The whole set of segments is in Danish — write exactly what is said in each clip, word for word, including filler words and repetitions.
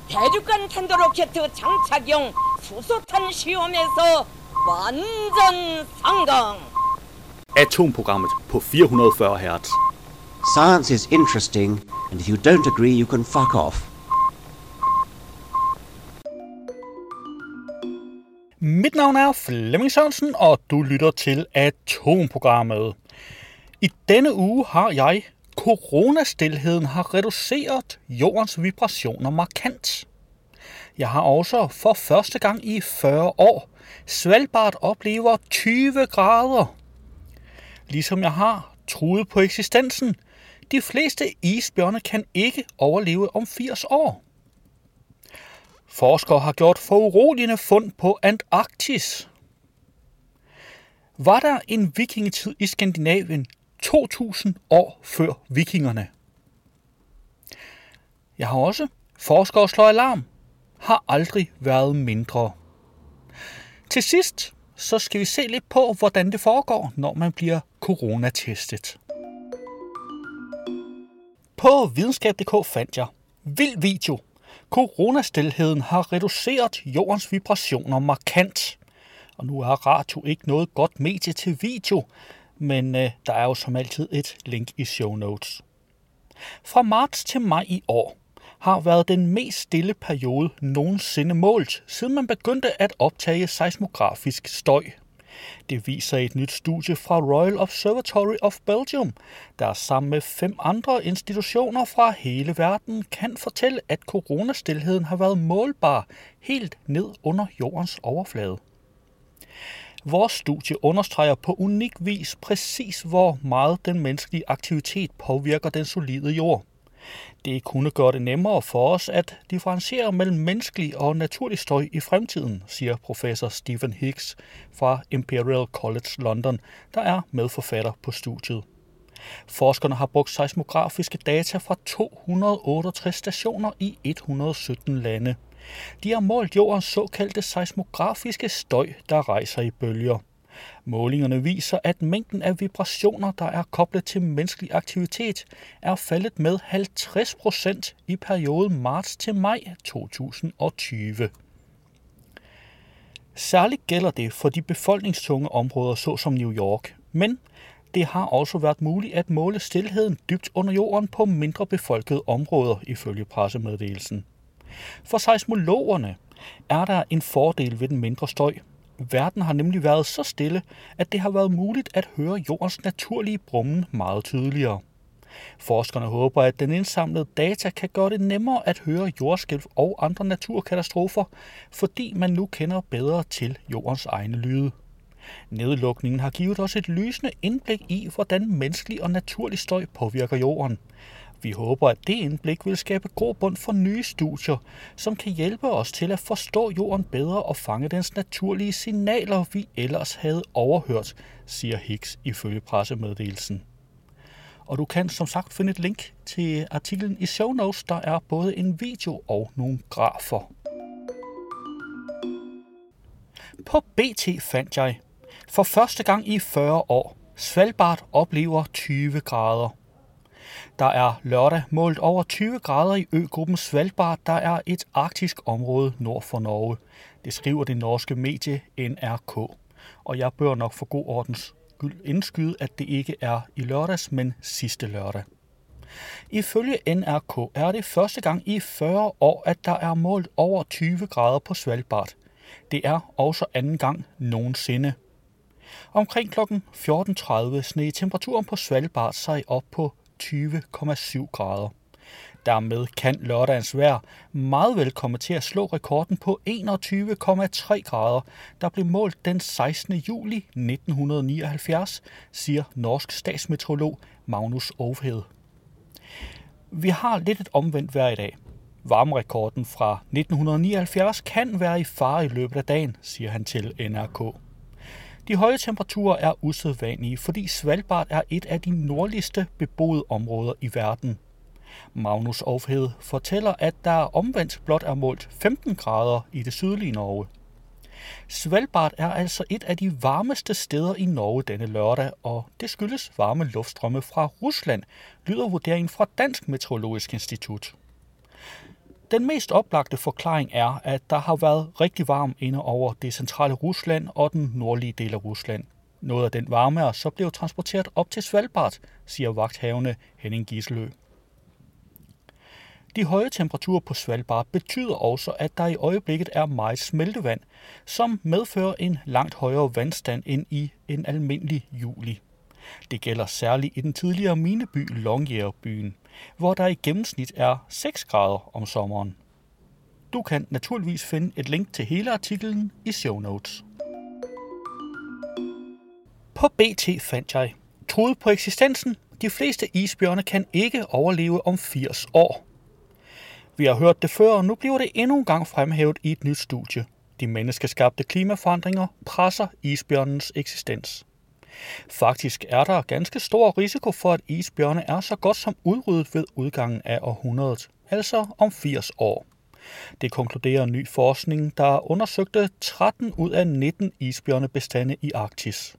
대륙간 탄도로켓 장착용 수소탄 시험에서 완전 성공. Atomprogrammet på fire hundrede og fyrre hertz. Science is interesting, and if you don't agree, you can fuck off. Mit navn er Flemming Sørensen, og du lytter til Atomprogrammet. I denne uge har jeg Coronastilheden har reduceret jordens vibrationer markant. Jeg har også for første gang i fyrre år Svalbard oplever tyve grader. Ligesom jeg har troet på eksistensen. De fleste isbjørne kan ikke overleve om firs år. Forskere har gjort foruroligende fund på Antarktis. Var der en vikingetid i Skandinavien to tusind år før vikingerne? Jeg har også forskere slår alarm. Har aldrig været mindre. Til sidst så skal vi se lidt på, hvordan det foregår, når man bliver coronatestet. På videnskab punktum d k fandt jeg vild video. Coronastilheden har reduceret jordens vibrationer markant. Og nu er radio ikke noget godt medie til video, men øh, der er jo som altid et link i show notes. Fra marts til maj i år har været den mest stille periode nogensinde målt, siden man begyndte at optage seismografisk støj. Det viser et nyt studie fra Royal Observatory of Belgium, der sammen med fem andre institutioner fra hele verden kan fortælle, at coronastilheden har været målbar helt ned under jordens overflade. Vores studie understreger på unik vis præcis, hvor meget den menneskelige aktivitet påvirker den solide jord. Det kunne gøre det nemmere for os at differentiere mellem menneskelig og naturlig støj i fremtiden, siger professor Stephen Higgs fra Imperial College London, der er medforfatter på studiet. Forskerne har brugt seismografiske data fra to hundrede og otteogtres stationer i et hundrede og sytten lande. De har målt jordens såkaldte seismografiske støj, der rejser i bølger. Målingerne viser, at mængden af vibrationer, der er koblet til menneskelig aktivitet, er faldet med halvtreds procent i perioden marts til maj to tusind og tyve. Særligt gælder det for de befolkningstunge områder, såsom New York, men det har også været muligt at måle stilheden dybt under jorden på mindre befolkede områder, ifølge pressemeddelelsen. For seismologerne er der en fordel ved den mindre støj. Verden har nemlig været så stille, at det har været muligt at høre jordens naturlige brummen meget tydeligere. Forskerne håber, at den indsamlede data kan gøre det nemmere at høre jordskælv og andre naturkatastrofer, fordi man nu kender bedre til jordens egne lyde. Nedlukningen har givet os et lysende indblik i, hvordan menneskelig og naturlig støj påvirker jorden. Vi håber, at det indblik vil skabe grobund for nye studier, som kan hjælpe os til at forstå jorden bedre og fange dens naturlige signaler, vi ellers havde overhørt, siger Higgs ifølge pressemeddelelsen. Og du kan som sagt finde et link til artiklen i show notes, der er både en video og nogle grafer. På B T fandt jeg for første gang i fyrre år Svalbard oplever tyve grader. Der er lørdag målt over tyve grader i øgruppen Svalbard, der er et arktisk område nord for Norge. Det skriver det norske medie N R K. Og jeg bør nok for god ordens skyld indskyde, at det ikke er i lørdags, men sidste lørdag. Ifølge N R K er det første gang i fyrre år, at der er målt over tyve grader på Svalbard. Det er også anden gang nogensinde. Omkring klokken fjorten tredive sneg temperaturen på Svalbard sig op på tyve komma syv grader. Dermed kan lørdagens vejr meget vel komme til at slå rekorden på enogtyve komma tre grader, der blev målt den sekstende juli nitten nioghalvfjerds, siger norsk statsmeteorolog Magnus Ovhed. Vi har lidt et omvendt vejr i dag. Varmerekorden fra nitten nioghalvfjerds kan være i fare i løbet af dagen, siger han til N R K. De høje temperaturer er usædvanlige, fordi Svalbard er et af de nordligste beboede områder i verden. Magnus Ovhed fortæller, at der omvendt blot er målt femten grader i det sydlige Norge. Svalbard er altså et af de varmeste steder i Norge denne lørdag, og det skyldes varme luftstrømme fra Rusland, lyder vurderingen fra Dansk Meteorologisk Institut. Den mest oplagte forklaring er, at der har været rigtig varmt inde over det centrale Rusland og den nordlige del af Rusland. Noget af den varme er så blevet transporteret op til Svalbard, siger vagthavende Henning Gisselø. De høje temperaturer på Svalbard betyder også, at der i øjeblikket er meget smeltevand, som medfører en langt højere vandstand end i en almindelig juli. Det gælder særligt i den tidligere mineby Longyearbyen, hvor der i gennemsnit er seks grader om sommeren. Du kan naturligvis finde et link til hele artiklen i show notes. På B T fandt jeg, troede på eksistensen, de fleste isbjørne kan ikke overleve om firs år. Vi har hørt det før, og nu bliver det endnu en gang fremhævet i et nyt studie. De menneskeskabte klimaforandringer presser isbjørnens eksistens. Faktisk er der ganske stor risiko for, at isbjørne er så godt som udryddet ved udgangen af århundredet, altså om firs år. Det konkluderer ny forskning, der undersøgte tretten ud af nitten isbjørnebestande i Arktis.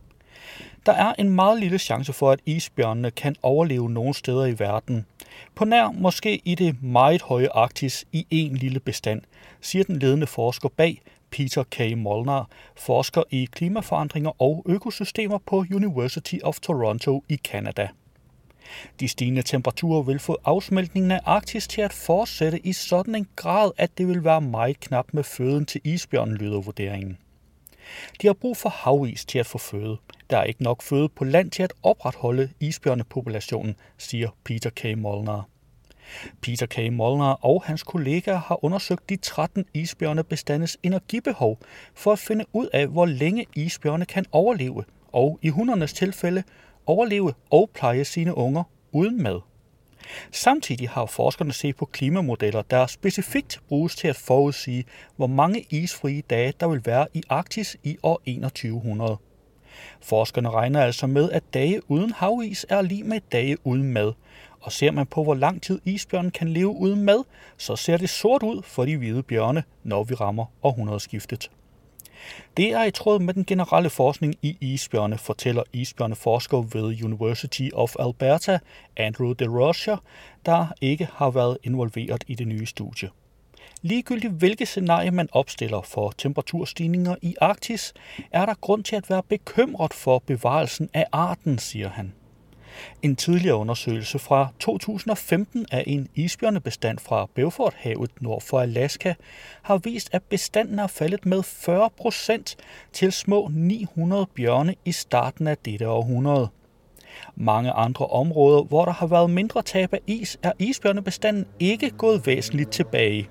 Der er en meget lille chance for, at isbjørnene kan overleve nogle steder i verden. På nær måske i det meget høje Arktis i en lille bestand, siger den ledende forsker bag, Peter K. Molnar, forsker i klimaforandringer og økosystemer på University of Toronto i Canada. De stigende temperaturer vil få afsmeltningen af Arktis til at fortsætte i sådan en grad, at det vil være meget knap med føden til isbjørnen, lyder vurderingen. De har brug for havis til at få føde. Der er ikke nok føde på land til at opretholde isbjørnepopulationen, siger Peter K. Molnar. Peter K. Molnar og hans kollegaer har undersøgt de tretten isbjørnebestandes energibehov for at finde ud af, hvor længe isbjørne kan overleve, og i hundernes tilfælde overleve og pleje sine unger uden mad. Samtidig har forskerne set på klimamodeller, der specifikt bruges til at forudsige, hvor mange isfrie dage der vil være i Arktis i år enogtyve hundrede. Forskerne regner altså med, at dage uden havis er lig med dage uden mad. Og ser man på, hvor lang tid isbjørnen kan leve uden mad, så ser det sort ud for de hvide bjørne, når vi rammer århundredeskiftet. Det er i tråd med den generelle forskning i isbjørne, fortæller isbjørneforsker ved University of Alberta, Andrew DeRocher, der ikke har været involveret i det nye studie. Ligegyldigt hvilke scenarier man opstiller for temperaturstigninger i Arktis, er der grund til at være bekymret for bevarelsen af arten, siger han. En tidligere undersøgelse fra to tusind og femten af en isbjørnebestand fra Beauforthavet nord for Alaska har vist, at bestanden er faldet med fyrre procent til små ni hundrede bjørne i starten af dette århundrede. Mange andre områder, hvor der har været mindre tab af is, er isbjørnebestanden ikke gået væsentligt tilbage.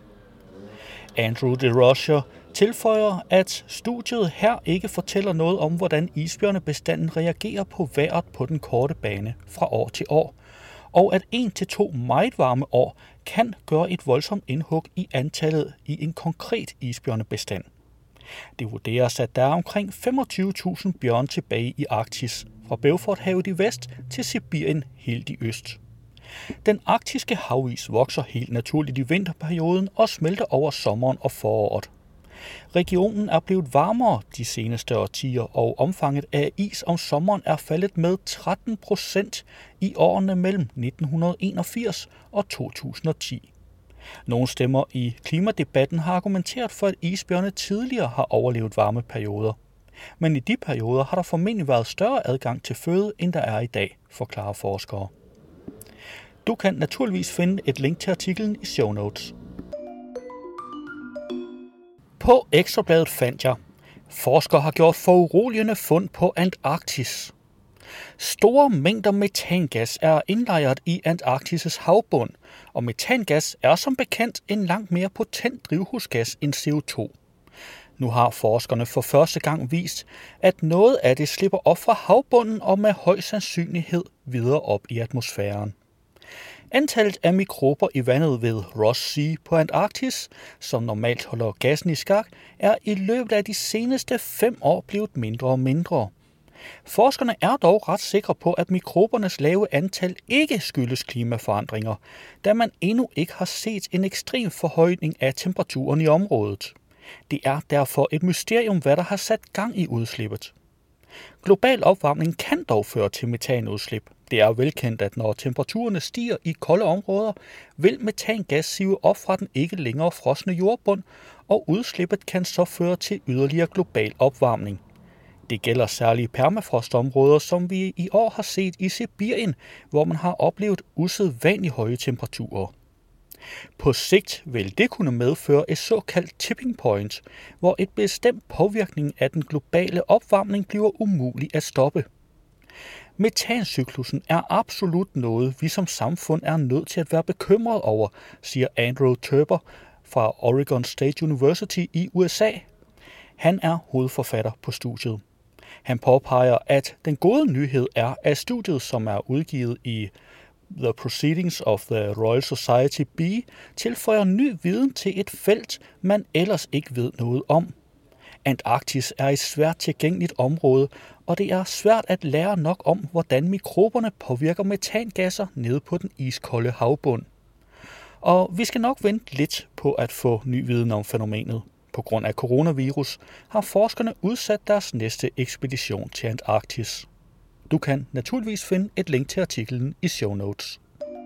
Andrew DeRocher tilføjer, at studiet her ikke fortæller noget om, hvordan isbjørnebestanden reagerer på vejret på den korte bane fra år til år, og at en til to meget varme år kan gøre et voldsomt indhug i antallet i en konkret isbjørnebestand. Det vurderes, at der er omkring femogtyve tusind bjørn tilbage i Arktis, fra Beauforthavet i vest til Sibirien helt i øst. Den arktiske havis vokser helt naturligt i vinterperioden og smelter over sommeren og foråret. Regionen er blevet varmere de seneste årtier, og omfanget af is om sommeren er faldet med tretten procent i årene mellem nitten enogfirs og to tusind og ti. Nogle stemmer i klimadebatten har argumenteret for, at isbjørne tidligere har overlevet varme perioder. Men i de perioder har der formentlig været større adgang til føde, end der er i dag, forklarer forskere. Du kan naturligvis finde et link til artiklen i show notes. På Ekstrabladet fandt jeg, forskere har gjort foruroligende fund på Antarktis. Store mængder metangas er indlejret i Antarktis' havbund, og metangas er som bekendt en langt mere potent drivhusgas end C O to. Nu har forskerne for første gang vist, at noget af det slipper op fra havbunden og med høj sandsynlighed videre op i atmosfæren. Antallet af mikrober i vandet ved Ross Sea på Antarktis, som normalt holder gassen i skak, er i løbet af de seneste fem år blevet mindre og mindre. Forskerne er dog ret sikre på, at mikrobernes lave antal ikke skyldes klimaforandringer, da man endnu ikke har set en ekstrem forhøjning af temperaturen i området. Det er derfor et mysterium, hvad der har sat gang i udslippet. Global opvarmning kan dog føre til metanudslip, Det er velkendt, at når temperaturerne stiger i kolde områder, vil metangas sive op fra den ikke længere frosne jordbund, og udslippet kan så føre til yderligere global opvarmning. Det gælder særligt permafrostområder, som vi i år har set i Sibirien, hvor man har oplevet usædvanligt høje temperaturer. På sigt vil det kunne medføre et såkaldt tipping point, hvor et bestemt påvirkning af den globale opvarmning bliver umulig at stoppe. Metancyklusen er absolut noget, vi som samfund er nødt til at være bekymret over, siger Andrew Turber fra Oregon State University i U S A. Han er hovedforfatter på studiet. Han påpeger, at den gode nyhed er, at studiet, som er udgivet i The Proceedings of the Royal Society B, tilføjer ny viden til et felt, man ellers ikke ved noget om. Antarktis er et svært tilgængeligt område, og det er svært at lære nok om, hvordan mikroberne påvirker metangasser nede på den iskolde havbund. Og vi skal nok vente lidt på at få ny viden om fænomenet. På grund af coronavirus har forskerne udsat deres næste ekspedition til Antarktis. Du kan naturligvis finde et link til artiklen i show notes.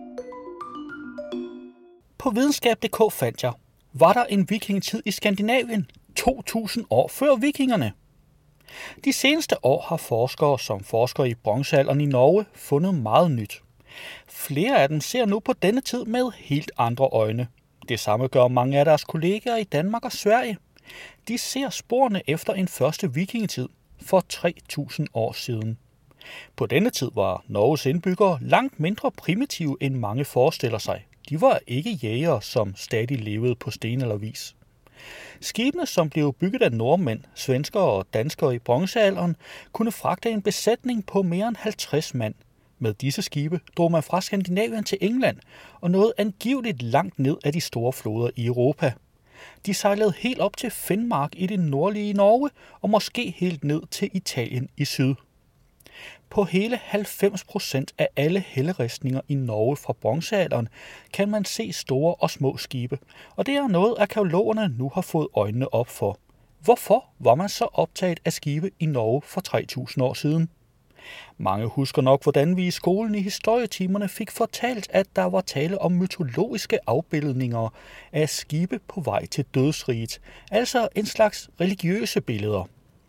På videnskab punktum d k fandt jeg, var der en vikingetid i Skandinavien to tusind år før vikingerne. De seneste år har forskere, som forsker i bronzealderen i Norge, fundet meget nyt. Flere af dem ser nu på denne tid med helt andre øjne. Det samme gør mange af deres kollegaer i Danmark og Sverige. De ser sporene efter en første vikingetid for tre tusind år siden. På denne tid var Norges indbyggere langt mindre primitive, end mange forestiller sig. De var ikke jægere, som stadig levede på stenaldervis. Skibene, som blev bygget af nordmænd, svenskere og danskere i bronzealderen, kunne fragte en besætning på mere end halvtreds mand. Med disse skibe drog man fra Skandinavien til England og nåede angiveligt langt ned af de store floder i Europa. De sejlede helt op til Finnmark i det nordlige Norge og måske helt ned til Italien i syd. På hele halvfems procent af alle helleristninger i Norge fra bronzealderen kan man se store og små skibe, og det er noget, arkæologerne nu har fået øjnene op for. Hvorfor var man så optaget af skibe i Norge for tre tusind år siden? Mange husker nok, hvordan vi i skolen i historietimerne fik fortalt, at der var tale om mytologiske afbildninger af skibe på vej til dødsriget, altså en slags religiøse billeder.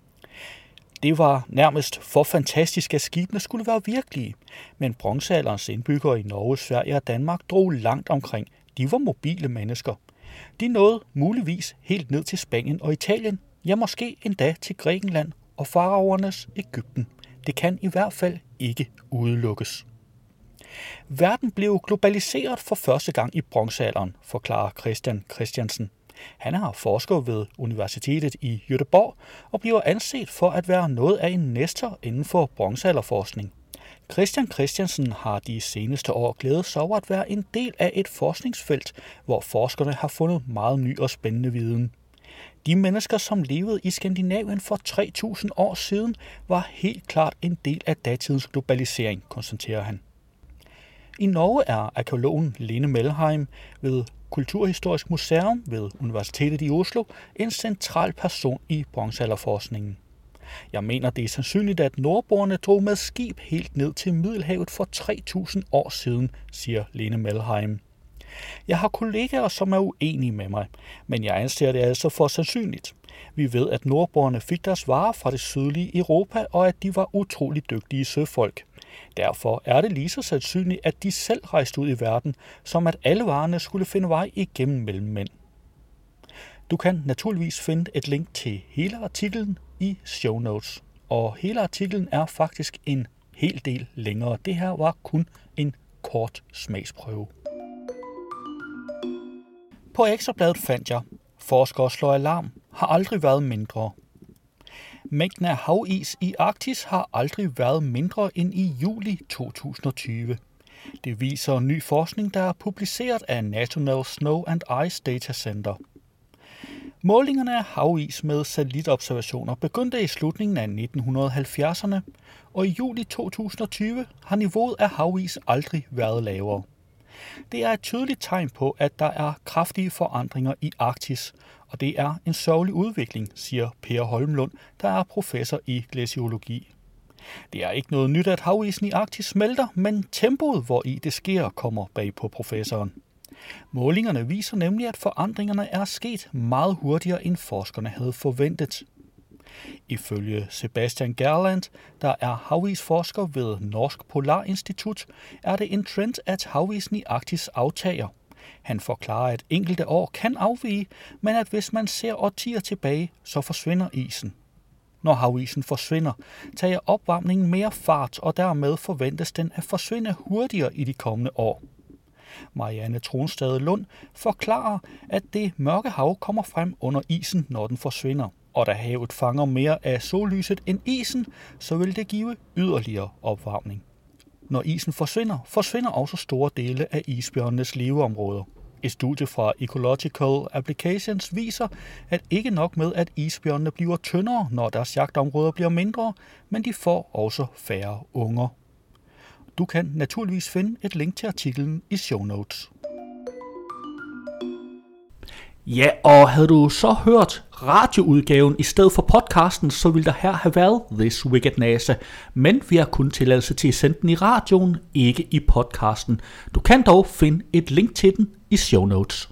Det var nærmest for fantastisk, at skibene skulle være virkelige, men bronzealderens indbyggere i Norge, Sverige og Danmark drog langt omkring. De var mobile mennesker. De nåede muligvis helt ned til Spanien og Italien, ja måske endda til Grækenland og faraoernes Egypten. Det kan i hvert fald ikke udelukkes. Verden blev globaliseret for første gang i bronzealderen, forklarer Christian Christiansen. Han er forsker ved Universitetet i Göteborg og bliver anset for at være noget af en nestor inden for bronzealderforskning. Christian Christiansen har de seneste år glædet sig over at være en del af et forskningsfelt, hvor forskerne har fundet meget ny og spændende viden. De mennesker, som levede i Skandinavien for tre tusind år siden, var helt klart en del af datidens globalisering, konstaterer han. I Norge er arkæologen Lene Melheim ved Kulturhistorisk Museum ved Universitetet i Oslo en central person i bronzealderforskningen. Jeg mener, det er sandsynligt, at nordboerne drog med skib helt ned til Middelhavet for tre tusind år siden, siger Lene Melheim. Jeg har kollegaer, som er uenige med mig, men jeg anser det altså for sandsynligt. Vi ved, at nordboerne fik deres varer fra det sydlige Europa, og at de var utrolig dygtige søfolk. Derfor er det lige så sandsynligt, at de selv rejste ud i verden, som at alle varerne skulle finde vej igennem mellemmænd. Du kan naturligvis finde et link til hele artiklen i show notes, og hele artiklen er faktisk en hel del længere. Det her var kun en kort smagsprøve. På Ekstrabladet fandt jeg, forskere slår alarm, har aldrig været mindre. Mængden af havis i Arktis har aldrig været mindre end i juli to tusind og tyve. Det viser ny forskning, der er publiceret af National Snow and Ice Data Center. Målingerne af havis med satellitobservationer begyndte i slutningen af nitten halvfjerdserne, og i juli to tusind og tyve har niveauet af havis aldrig været lavere. Det er et tydeligt tegn på, at der er kraftige forandringer i Arktis, og det er en sørgelig udvikling, siger Per Holmlund, der er professor i glaciologi. Det er ikke noget nyt, at havisen i Arktis smelter, men tempoet, hvor i det sker, kommer bag på professoren. Målingerne viser nemlig, at forandringerne er sket meget hurtigere, end forskerne havde forventet. Ifølge Sebastian Gerland, der er havisforsker ved Norsk Polarinstitut, er det en trend, at havisen i Arktis aftager. Han forklarer, at enkelte år kan afvige, men at hvis man ser årtier tilbage, så forsvinder isen. Når havisen forsvinder, tager opvarmningen mere fart, og dermed forventes den at forsvinde hurtigere i de kommende år. Marianne Tronstad Lund forklarer, at det mørke hav kommer frem under isen, når den forsvinder. Og da havet fanger mere af sollyset end isen, så vil det give yderligere opvarmning. Når isen forsvinder, forsvinder også store dele af isbjørnenes leveområder. Et studie fra Ecological Applications viser, at ikke nok med, at isbjørnene bliver tyndere, når deres jagtområder bliver mindre, men de får også færre unger. Du kan naturligvis finde et link til artiklen i show notes. Ja, og havde du så hørt radioudgaven i stedet for podcasten, så ville der her have været This Week at NASA. Men vi har kun tilladelse til at sende den i radioen, ikke i podcasten. Du kan dog finde et link til den i show notes.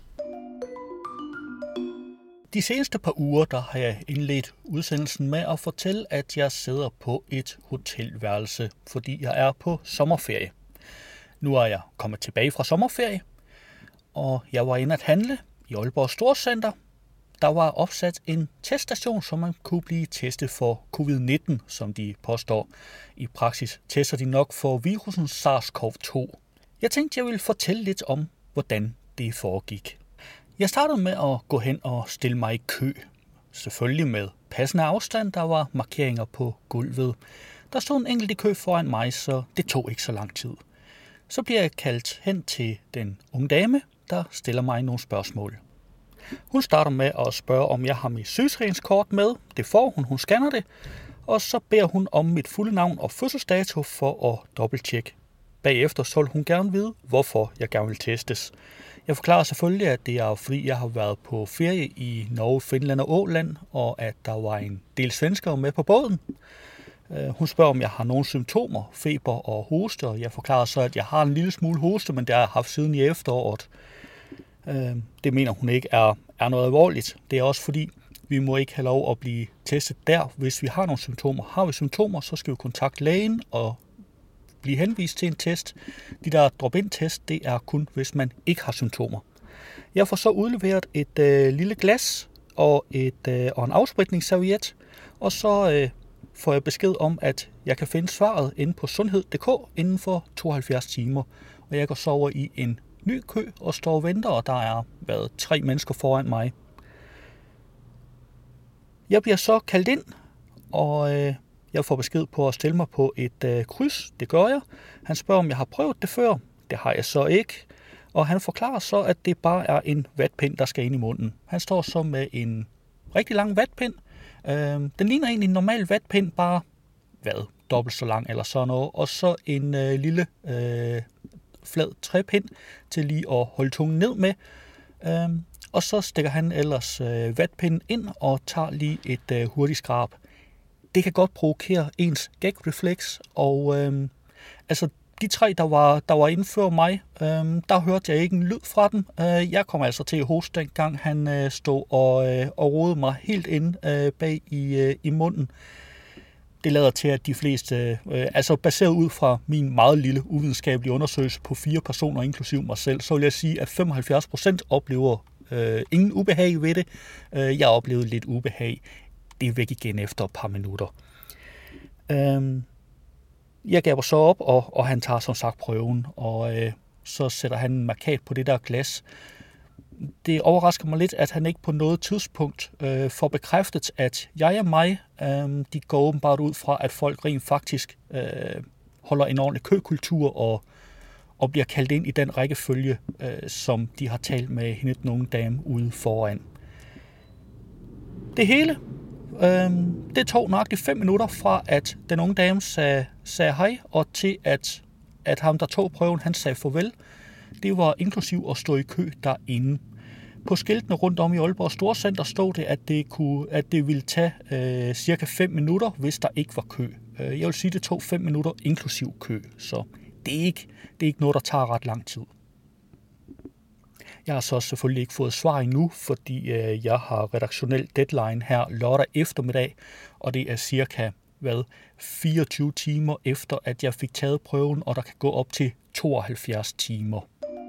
De seneste par uger, der har jeg indledt udsendelsen med at fortælle, at jeg sidder på et hotelværelse, fordi jeg er på sommerferie. Nu er jeg kommet tilbage fra sommerferie, og jeg var inde at handle i Aalborg Storcenter. Der var opsat en teststation, så man kunne blive testet for covid nitten, som de påstår. I praksis tester de nok for virusen SARS-CoV to. Jeg tænkte, jeg ville fortælle lidt om, hvordan det foregik. Jeg startede med at gå hen og stille mig i kø. Selvfølgelig med passende afstand, der var markeringer på gulvet. Der stod en enkelt i kø foran mig, så det tog ikke så lang tid. Så bliver jeg kaldt hen til den unge dame, der stiller mig nogle spørgsmål. Hun starter med at spørge, om jeg har mit sygesikringskort med. Det får hun, hun scanner det. Og så beder hun om mit fulde navn og fødselsdato for at dobbelttjekke. Bagefter så vil hun gerne vide, hvorfor jeg gerne vil testes. Jeg forklarer selvfølgelig, at det er fordi, jeg har været på ferie i Norge, Finland og Åland, og at der var en del svenskere med på båden. Hun spørger, om jeg har nogle symptomer, feber og hoste, og jeg forklarer så, at jeg har en lille smule hoste, men det har jeg haft siden i efteråret. Det mener hun ikke er, er noget alvorligt. Det er også fordi, vi må ikke have lov at blive testet der, hvis vi har nogle symptomer. Har vi symptomer, så skal vi kontakte lægen og blive henvist til en test. De der drop-in-test, det er kun, hvis man ikke har symptomer. Jeg får så udleveret et øh, lille glas og, et, øh, og en afspritningsserviet, og så øh, får jeg besked om, at jeg kan finde svaret inde på sundhed punktum d k inden for tooghalvfjerds timer. Og jeg går så over i en ny kø og står og venter, og der er været tre mennesker foran mig. Jeg bliver så kaldt ind, og øh, jeg får besked på at stille mig på et øh, kryds. Det gør jeg. Han spørger, om jeg har prøvet det før. Det har jeg så ikke. Og han forklarer så, at det bare er en vatpind, der skal ind i munden. Han står så med en rigtig lang vatpind. Øh, den ligner egentlig en normal vatpind, bare hvad, dobbelt så lang eller sådan noget. Og så en øh, lille øh, flad træpind til lige at holde tungen ned med. Øh, og så stikker han ellers øh, vatpinden ind og tager lige et øh, hurtigt skrab. Det kan godt provokere ens gag-refleks, og øh, altså de tre, der var, der var inde før mig, øh, der hørte jeg ikke en lyd fra dem. Øh, jeg kom altså til at hoste dengang, han øh, stod og, øh, og rodede mig helt inde øh, bag i, øh, i munden. Det lader til, at de fleste, øh, altså baseret ud fra min meget lille uvidenskabelige undersøgelse på fire personer, inklusive mig selv, så vil jeg sige, at femoghalvfjerds procent oplever øh, ingen ubehag ved det. Øh, jeg oplevede lidt ubehag. Det er væk igen efter et par minutter. Øhm, jeg gav så op, og, og han tager som sagt prøven, og øh, så sætter han en markat på det der glas. Det overrasker mig lidt, at han ikke på noget tidspunkt øh, får bekræftet, at jeg er mig. Øh, de går åbenbart ud fra, at folk rent faktisk øh, holder en ordentlig køkultur og, og bliver kaldt ind i den rækkefølge, øh, som de har talt med hende den unge dame ude foran. Det hele Øhm, det tog nøjagtigt fem minutter fra, at den unge dame sagde, sagde hej, og til at, at ham, der tog prøven, han sagde farvel. Det var inklusiv at stå i kø derinde. På skiltene rundt om i Aalborg Storcenter stod det, at det, kunne, at det ville tage øh, cirka fem minutter, hvis der ikke var kø. Jeg vil sige, det tog fem minutter inklusiv kø, så det er ikke, det er ikke noget, der tager ret lang tid. Jeg har så selvfølgelig ikke fået svar endnu, fordi jeg har redaktionel deadline her lørdag eftermiddag, og det er cirka hvad, fireogtyve timer efter, at jeg fik taget prøven, og der kan gå op til tooghalvfjerds timer.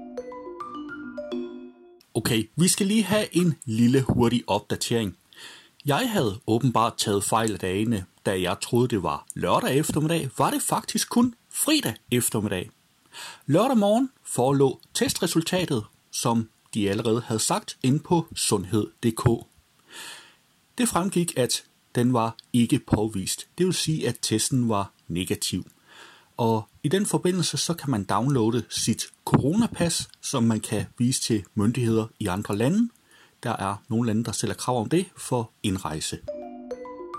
Okay, vi skal lige have en lille hurtig opdatering. Jeg havde åbenbart taget fejl af dagene, da jeg troede, det var lørdag eftermiddag, var det faktisk kun fredag eftermiddag. Lørdag morgen forelå testresultatet, som de allerede havde sagt, inde på sundhed punktum d k. Det fremgik, at den var ikke påvist. Det vil sige, at testen var negativ. Og i den forbindelse så kan man downloade sit coronapas, som man kan vise til myndigheder i andre lande. Der er nogle lande, der stiller krav om det for indrejse.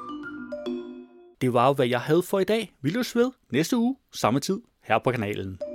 Det var jo, hvad jeg havde for i dag. Vi løs ved næste uge, samme tid, her på kanalen.